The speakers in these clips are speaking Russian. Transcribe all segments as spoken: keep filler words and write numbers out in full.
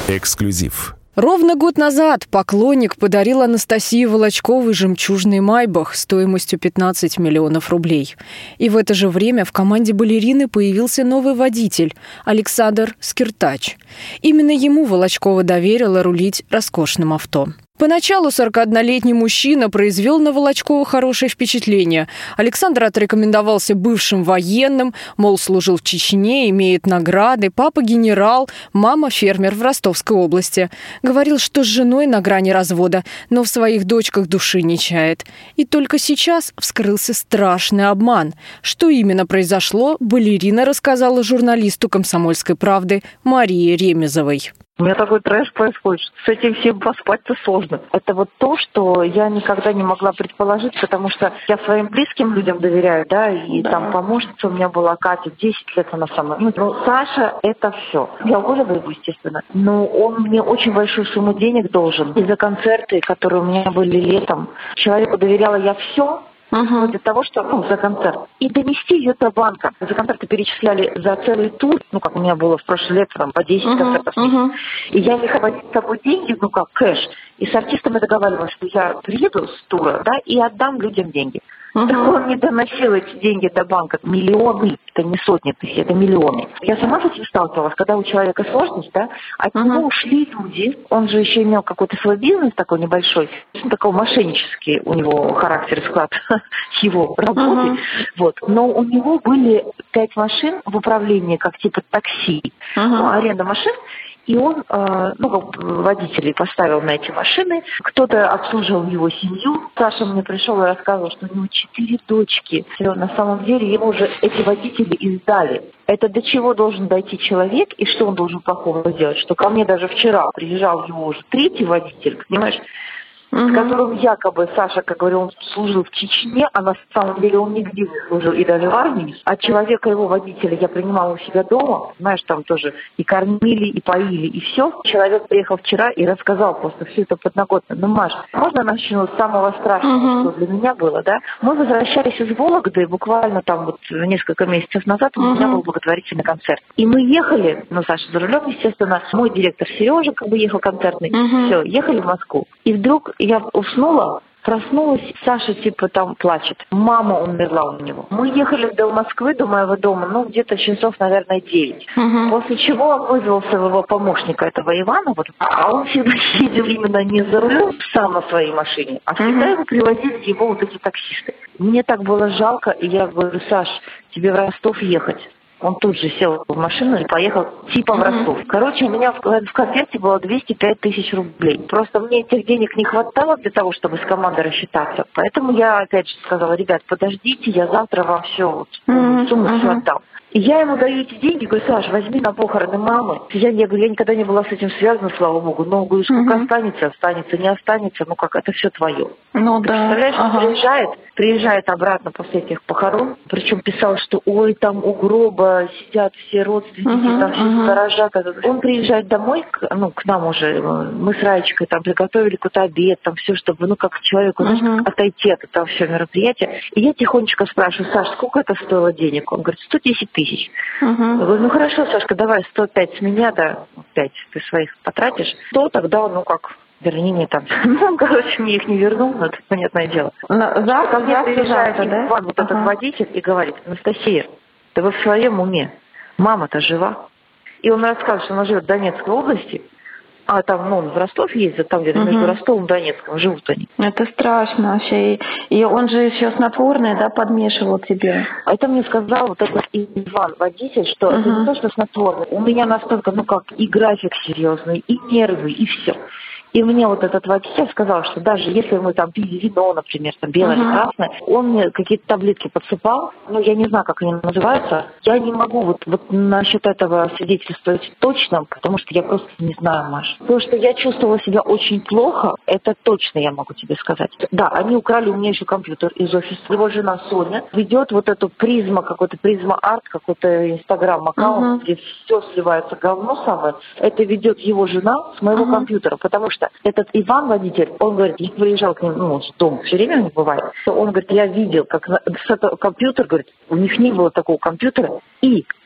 Эксклюзив. Ровно год назад поклонник подарил Анастасии Волочковой жемчужный майбах стоимостью пятнадцать миллионов рублей. И в это же время в команде балерины появился новый водитель – Александр Скиртач. Именно ему Волочкова доверила рулить роскошным авто. Поначалу сорокаоднолетний мужчина произвел на Волочкову хорошее впечатление. Александр отрекомендовался бывшим военным, мол, служил в Чечне, имеет награды, папа генерал, мама фермер в Ростовской области. Говорил, что с женой на грани развода, но в своих дочках души не чает. И только сейчас вскрылся страшный обман. Что именно произошло, балерина рассказала журналисту «Комсомольской правды» Марии Ремезовой. У меня такой трэш происходит, что с этим всем поспать-то сложно. Это вот то, что я никогда не могла предположить, потому что я своим близким людям доверяю, да, и да. Там помощница у меня была Катя, десять лет она со мной. Ну, Саша — это все. Я угодила его, естественно, но он мне очень большую сумму денег должен. И за концерты, которые у меня были летом, человеку доверяла я все, Uh-huh. для того, что, ну, за концерт. И донести ее до банка. За концерты перечисляли за целый тур, ну, как у меня было в прошлое лето, там, по десять uh-huh. концертов. Uh-huh. И я не ходила с собой деньги, ну, как кэш. И с артистами договаривалась, что я приеду с тура, да, и отдам людям деньги. Uh-huh. Так он не доносил эти деньги до банка. Миллионы, это не сотни тысяч, это миллионы. Я сама с этим сталкивалась, когда у человека сложность, да, от uh-huh. него ушли люди. Он же еще имел какой-то свой бизнес такой небольшой, такой мошеннический у него характер, склад его работы. Uh-huh. Вот. Но у него были пять машин в управлении, как типа такси, uh-huh. ну, аренда машин. И он, э, ну, как водителей поставил на эти машины. Кто-то обслуживал его семью. Саша мне пришел и рассказывал, что у него четыре дочки. И на самом деле ему уже эти водители издали. Это до чего должен дойти человек и что он должен плохого сделать? Что ко мне даже вчера приезжал его уже третий водитель, понимаешь? Uh-huh. С которым якобы Саша, как говорил, он служил в Чечне, а на самом деле он нигде не служил, и даже в армии. А человека, его водителя, я принимала у себя дома, знаешь, там тоже и кормили, и поили, и все. Человек приехал вчера и рассказал просто все это подноготно. Ну, Маш, можно начну с самого страшного, uh-huh. что для меня было, да? Мы возвращались из Вологды, буквально там вот несколько месяцев назад uh-huh. у меня был благотворительный концерт. И мы ехали, ну, Саша за рулем, естественно, мой директор Сережа как бы ехал концертный, uh-huh. все, ехали в Москву. И вдруг я уснула, проснулась, Саша типа там плачет. Мама умерла у него. Мы ехали до Москвы, до моего дома, ну где-то часов, наверное, девять. Uh-huh. После чего он вызвал своего помощника, этого Ивана, вот, а он всегда ездил именно не за рулем сам на своей машине, а всегда uh-huh. его привозили его вот эти таксисты. Мне так было жалко, и я говорю: Саш, тебе в Ростов ехать. Он тут же сел в машину и поехал типа в Ростов. Короче, у меня в, в конверте было двести пять тысяч рублей. Просто мне этих денег не хватало для того, чтобы с командой рассчитаться. Поэтому я опять же сказала: ребят, подождите, я завтра вам все, вот, mm-hmm. сумму mm-hmm. все отдам. И я ему даю эти деньги, говорю: Саш, возьми на похороны мамы. Я, я, говорю, я никогда не была с этим связана, слава богу. Но, говорю, сколько mm-hmm. останется, останется, не останется, ну как, это все твое. Ну да. Представляешь, ага. он приезжает, приезжает обратно после этих похорон, причем писал, что ой, там у гроба сидят все родственники, uh-huh, там все uh-huh. сторожа. Он приезжает домой, к, ну, к нам уже, мы с Раечкой там приготовили какой-то обед, там все, чтобы, ну, как человеку, uh-huh. знаешь, отойти от этого все мероприятия. И я тихонечко спрашиваю: Саш, сколько это стоило денег? Он говорит: сто десять тысяч. Uh-huh. Я говорю: ну хорошо, Сашка, давай сто пять с меня, да, пять ты своих потратишь, то тогда, ну как... Вернее, не там. Ну, короче, мне их не вернул, но это понятное дело. Завтра ко мне приезжает завтра, да? вот ага. этот водитель и говорит: Анастасия, ты вы в своем уме? Мама-то жива. И он рассказывает, что она живет в Донецкой области, а там, ну, он в Ростов ездит, там где-то угу. между Ростовом и Донецком живут они. Это страшно вообще. И, и он же еще снотворное, да, подмешивал тебе? А это мне сказал вот этот Иван, водитель, что угу. это не то, что снотворное. У меня настолько, ну как, и график серьезный, и нервы, и все. И мне вот этот водитель сказал, что даже если мы там пили вино, например, там белое или uh-huh. красное, он мне какие-то таблетки подсыпал, ну, я не знаю, как они называются. Я не могу вот, вот насчет этого свидетельствовать точно, потому что я просто не знаю, Маш. Потому что я чувствовала себя очень плохо, это точно я могу тебе сказать. Да, они украли у меня еще компьютер из офиса. Его жена Соня ведет вот эту призма, какой-то призма-арт, какой-то инстаграм-аккаунт, uh-huh. где все сливается говно самое. Это ведет его жена с моего uh-huh. компьютера, потому что этот Иван, водитель, он говорит, я приезжал к ним, ну, в дом, все время у них бывает. Он говорит, я видел, как с этого компьютера, говорит, у них не было такого компьютера, и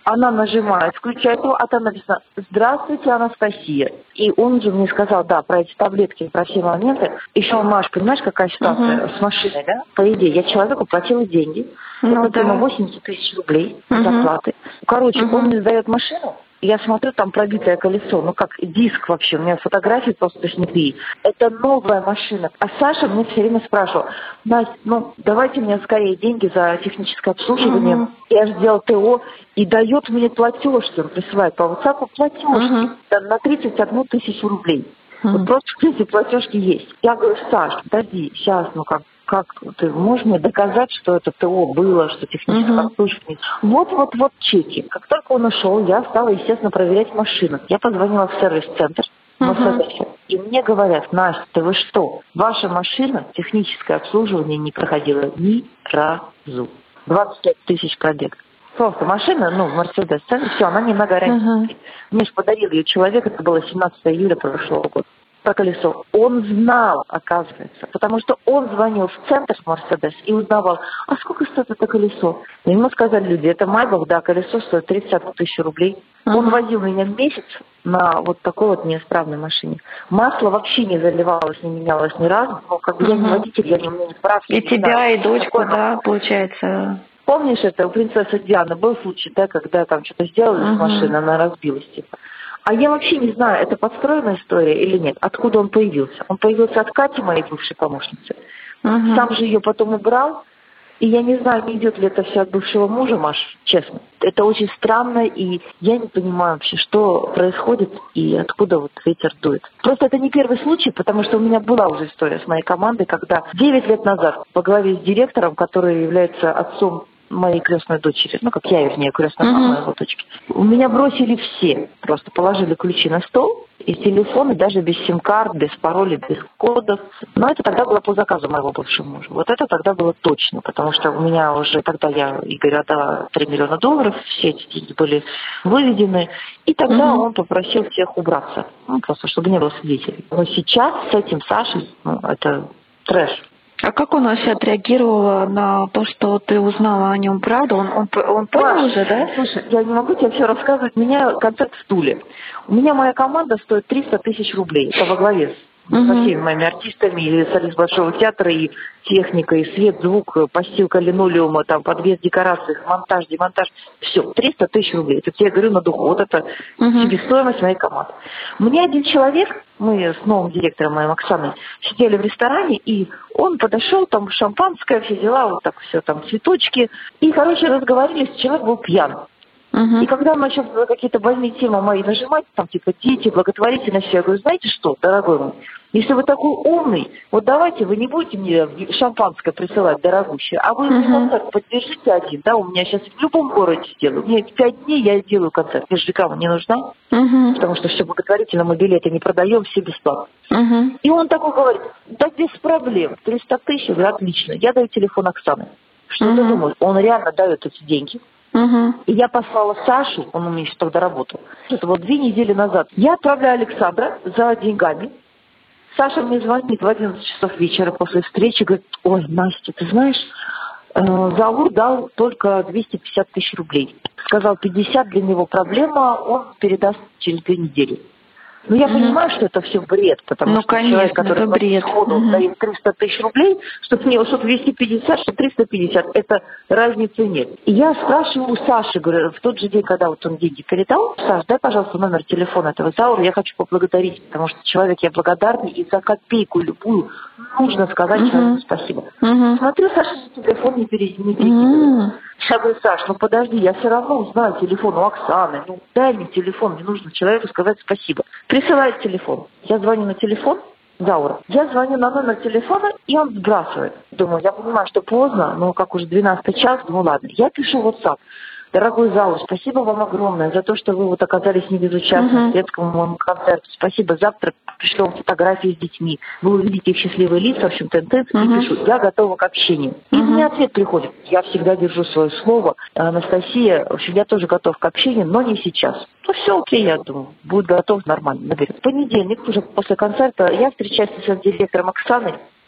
Она нажимает, включает его, а там написано «Здравствуйте, Анастасия». И он же мне сказал, да, про эти таблетки, про все моменты. Еще, Маш, понимаешь, какая ситуация uh-huh. с машиной, да? По идее, я человеку платила деньги, ну, да. восемьдесят тысяч рублей uh-huh. зарплаты. Короче, uh-huh. он мне сдает машину, я смотрю, там пробитое колесо, ну как диск вообще, у меня фотографии просто снятые. Это новая машина. А Саша мне все время спрашивал: Настя, ну давайте мне скорее деньги за техническое обслуживание. Uh-huh. Я же сделал ТО, и дает мне платежки, он присылает по WhatsApp платежки uh-huh. на тридцать одну тысячу рублей. Uh-huh. Вот просто эти платежки есть. Я говорю: Саш, подожди, сейчас, ну как, как ты можешь мне доказать, что это ТО было, что техническое uh-huh. обслуживание? Вот-вот-вот чеки. Как только он ушел, я стала, естественно, проверять машину. Я позвонила в сервис-центр Мерседеса. Uh-huh. И мне говорят: Настя, да вы что? Ваша машина техническое обслуживание не проходила ни разу. двадцать пять тысяч пробег. Просто машина, ну, в Мерседес, все, она не на гарантии. Uh-huh. Мне же подарил ее человек, это было семнадцатого июля прошлого года. Про колесо. Он знал, оказывается, потому что он звонил в центр Мерседес и узнавал, а сколько стоит это колесо. И ему сказали люди: это Майбах, да, колесо стоит тридцать тысяч рублей. Uh-huh. Он возил меня месяц на вот такой вот неисправной машине. Масло вообще не заливалось, не менялось ни разу. Но как бы uh-huh. я не водитель, я не умею справки. И тебя, знаю, и дочку, да, получается. Помнишь, это у принцессы Дианы был случай, да, когда там что-то сделали uh-huh. с машиной, она разбилась, типа. А я вообще не знаю, это подстроенная история или нет. Откуда он появился? Он появился от Кати, моей бывшей помощницы. Uh-huh. Сам же ее потом убрал. И я не знаю, не идет ли это все от бывшего мужа, Маш, честно. Это очень странно, и я не понимаю вообще, что происходит и откуда вот ветер дует. Просто это не первый случай, потому что у меня была уже история с моей командой, когда девять лет назад по главе с директором, который является отцом моей крестной дочери, ну, как я, вернее, крестная мама uh-huh. моего дочки. У меня бросили все, просто положили ключи на стол, и телефоны даже без сим-карт, без паролей, без кодов. Но это тогда было по заказу моего бывшего мужа. Вот это тогда было точно, потому что у меня уже тогда я Игорю отдала три миллиона долларов, все эти деньги были выведены, и тогда uh-huh. он попросил всех убраться, ну, просто чтобы не было свидетелей. Но сейчас с этим Сашей, ну, это трэш. А как он вообще отреагировал на то, что ты узнала о нем правду? Он, он, он понял Маш, уже, да? Слушай, я не могу тебе все рассказывать. У меня концерт в Туле. У меня моя команда стоит триста тысяч рублей. Это во главе с, uh-huh. со всеми моими артистами, и солист Большого театра, и техника, и свет, звук, постилка линолеума, там, подвес декораций, монтаж, демонтаж. Все, триста тысяч рублей. Это я говорю на духу. Вот это uh-huh. себестоимость моей команды. Мне один человек, мы с новым директором моим Оксаной сидели в ресторане, и он подошел, там шампанское, все дела, вот так все, там цветочки. И, короче, разговаривали, человек был пьян. Uh-huh. И когда мы еще какие-то больные темы мои нажимать, там типа дети, благотворительность, я говорю: знаете что, дорогой мой, если вы такой умный, вот давайте вы не будете мне шампанское присылать дорогущее, а вы uh-huh. концерт поддержите один, да, у меня сейчас в любом городе сделаю. Мне в пять дней я сделаю концерт. Мне же реклама не нужна, uh-huh. потому что все благотворительно, мы билеты не продаем, все бесплатно. Uh-huh. И он такой говорит: да без проблем, триста тысяч, отлично, я даю телефон Оксаны. Что uh-huh. ты думаешь? Он реально дает эти деньги. Uh-huh. И я послала Сашу, он у меня еще тогда работал, это вот две недели назад. Я отправляю Александра за деньгами. Саша мне звонит в одиннадцать часов вечера после встречи, говорит: ой, Настя, ты знаешь, э, Заур дал только двести пятьдесят тысяч рублей. Сказал, пятьдесят для него проблема, он передаст через две недели. Ну, я mm-hmm. понимаю, что это все бред, потому ну, что конечно, человек, который бред. сходу mm-hmm. дает триста тысяч рублей, чтобы мне, чтобы двести пятьдесят, что триста пятьдесят, это разницы нет. И я спрашиваю у Саши, говорю, в тот же день, когда вот он деньги передал: Саш, дай, пожалуйста, номер телефона этого Заура, я хочу поблагодарить, потому что человек я благодарный, и за копейку любую нужно сказать mm-hmm. человеку спасибо. Mm-hmm. Смотрю, Саша за телефон не перекидывает. Mm-hmm. Я говорю: Саш, ну подожди, я все равно узнаю телефон у Оксаны, ну дай мне телефон, мне нужно человеку сказать спасибо. Присылает телефон. Я звоню на телефон Заура. Я звоню на номер телефона, и он сбрасывает. Думаю, я понимаю, что поздно, но как уже двенадцатый час, ну ладно. Я пишу в WhatsApp: дорогой Заур, спасибо вам огромное за то, что вы вот оказались не безучастны uh-huh. к детскому моему концерту. Спасибо. Завтра пришлю вам фотографии с детьми. Вы увидите их счастливые лица, в общем, тен-тен, uh-huh. и пишу: я готова к общению. И uh-huh. мне ответ приходит: я всегда держу свое слово. Анастасия, в общем, я тоже готов к общению, но не сейчас. Ну все, окей, я думаю, будет готов, нормально, наберет. В понедельник, уже после концерта, я встречаюсь с директором Оксаной.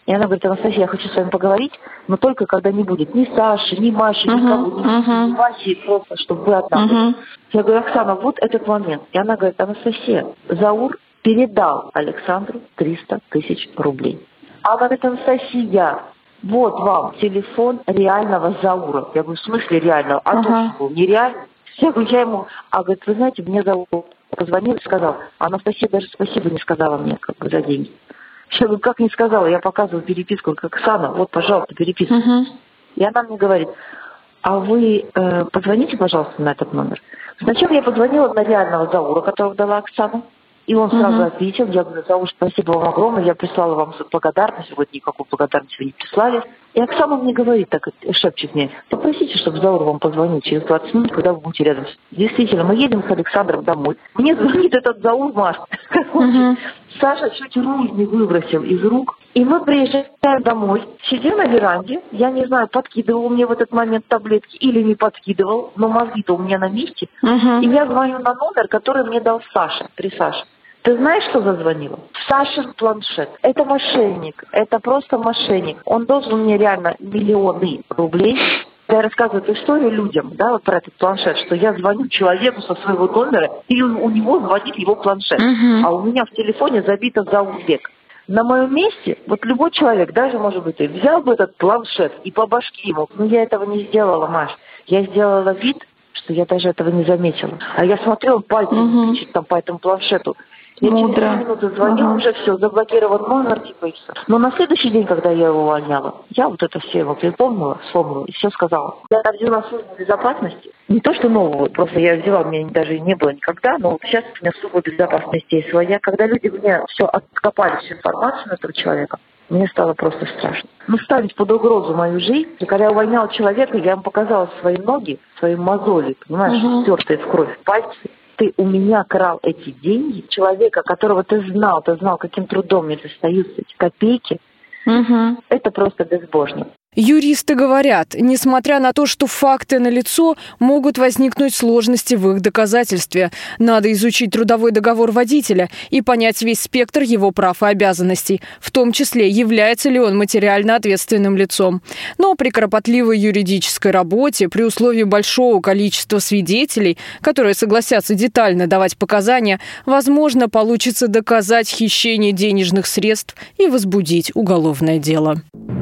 И она говорит: Анастасия, я хочу с вами поговорить, но только когда не будет ни Саши, ни Маши, Uh-huh, никого, ни, uh-huh. ни Васи, просто чтобы вы одна были. Uh-huh. Я говорю: Оксана, вот этот момент. И она говорит: Анастасия, Заур передал Александру триста тысяч рублей. Она говорит: Анастасия, вот вам телефон реального Заура. Я говорю: в смысле реального? А Ага. то, что нереально. Я говорю: я ему... А говорит: вы знаете, мне Заур позвонил и сказал: Анастасия даже спасибо не сказала мне как бы за деньги. Я говорю: как не сказала? Я показываю переписку, как Оксана, вот, пожалуйста, переписка. Uh-huh. И она мне говорит: а вы э, позвоните, пожалуйста, на этот номер. Сначала я позвонила на реального Заура, которого дала Оксана. И он сразу Uh-huh. ответил. Я говорю: Заур, спасибо вам огромное. Я прислала вам благодарность. Вот никакой благодарности вы не прислали. И Оксана мне говорит, так шепчет мне: попросите, чтобы Заур вам позвонил через двадцать минут, когда вы будете рядом. Действительно, мы едем с Александром домой. Мне звонит этот Заур Маш. Uh-huh. Саша чуть руль не выбросил из рук. И мы приезжаем домой, сидим на веранде. Я не знаю, подкидывал мне в этот момент таблетки или не подкидывал, но мозги-то у меня на месте. Uh-huh. И я звоню на номер, который мне дал Саша, при Саше. Ты знаешь, что зазвонила? Сашин планшет. Это мошенник. Это просто мошенник. Он должен мне реально миллионы рублей. Я рассказываю эту историю людям, да, вот про этот планшет, что я звоню человеку со своего номера, и у него звонит его планшет. Uh-huh. А у меня в телефоне забито Заурбек. На моем месте, вот любой человек, даже, может быть, взял бы этот планшет и по башке ему. Но я этого не сделала, Маш. Я сделала вид, что я даже этого не заметила. А я смотрю, он пальцем uh-huh. там по этому планшету. Я Мудро. через две минуты звоню, Ага. уже все, заблокирован номер, типа, и все. Но на следующий день, когда я его увольняла, я вот это все его припомнила, вспомнила и все сказала. Я взяла службу безопасности, не то что новую, просто я взяла, у меня даже не было никогда, но вот сейчас у меня служба безопасности есть своя. Когда люди мне все откопали, всю информацию этого человека, мне стало просто страшно. Ну, ставить под угрозу мою жизнь. И когда я увольняла человека, я ему показала свои ноги, свои мозоли, понимаешь, Угу. стертые в кровь пальцы. Ты у меня крал эти деньги, человека, которого ты знал, ты знал, каким трудом мне достаются эти копейки. Uh-huh. Это просто безбожно. Юристы говорят, несмотря на то, что факты налицо, могут возникнуть сложности в их доказательстве. Надо изучить трудовой договор водителя и понять весь спектр его прав и обязанностей, в том числе, является ли он материально ответственным лицом. Но при кропотливой юридической работе, при условии большого количества свидетелей, которые согласятся детально давать показания, возможно, получится доказать хищение денежных средств и возбудить уголовное дело.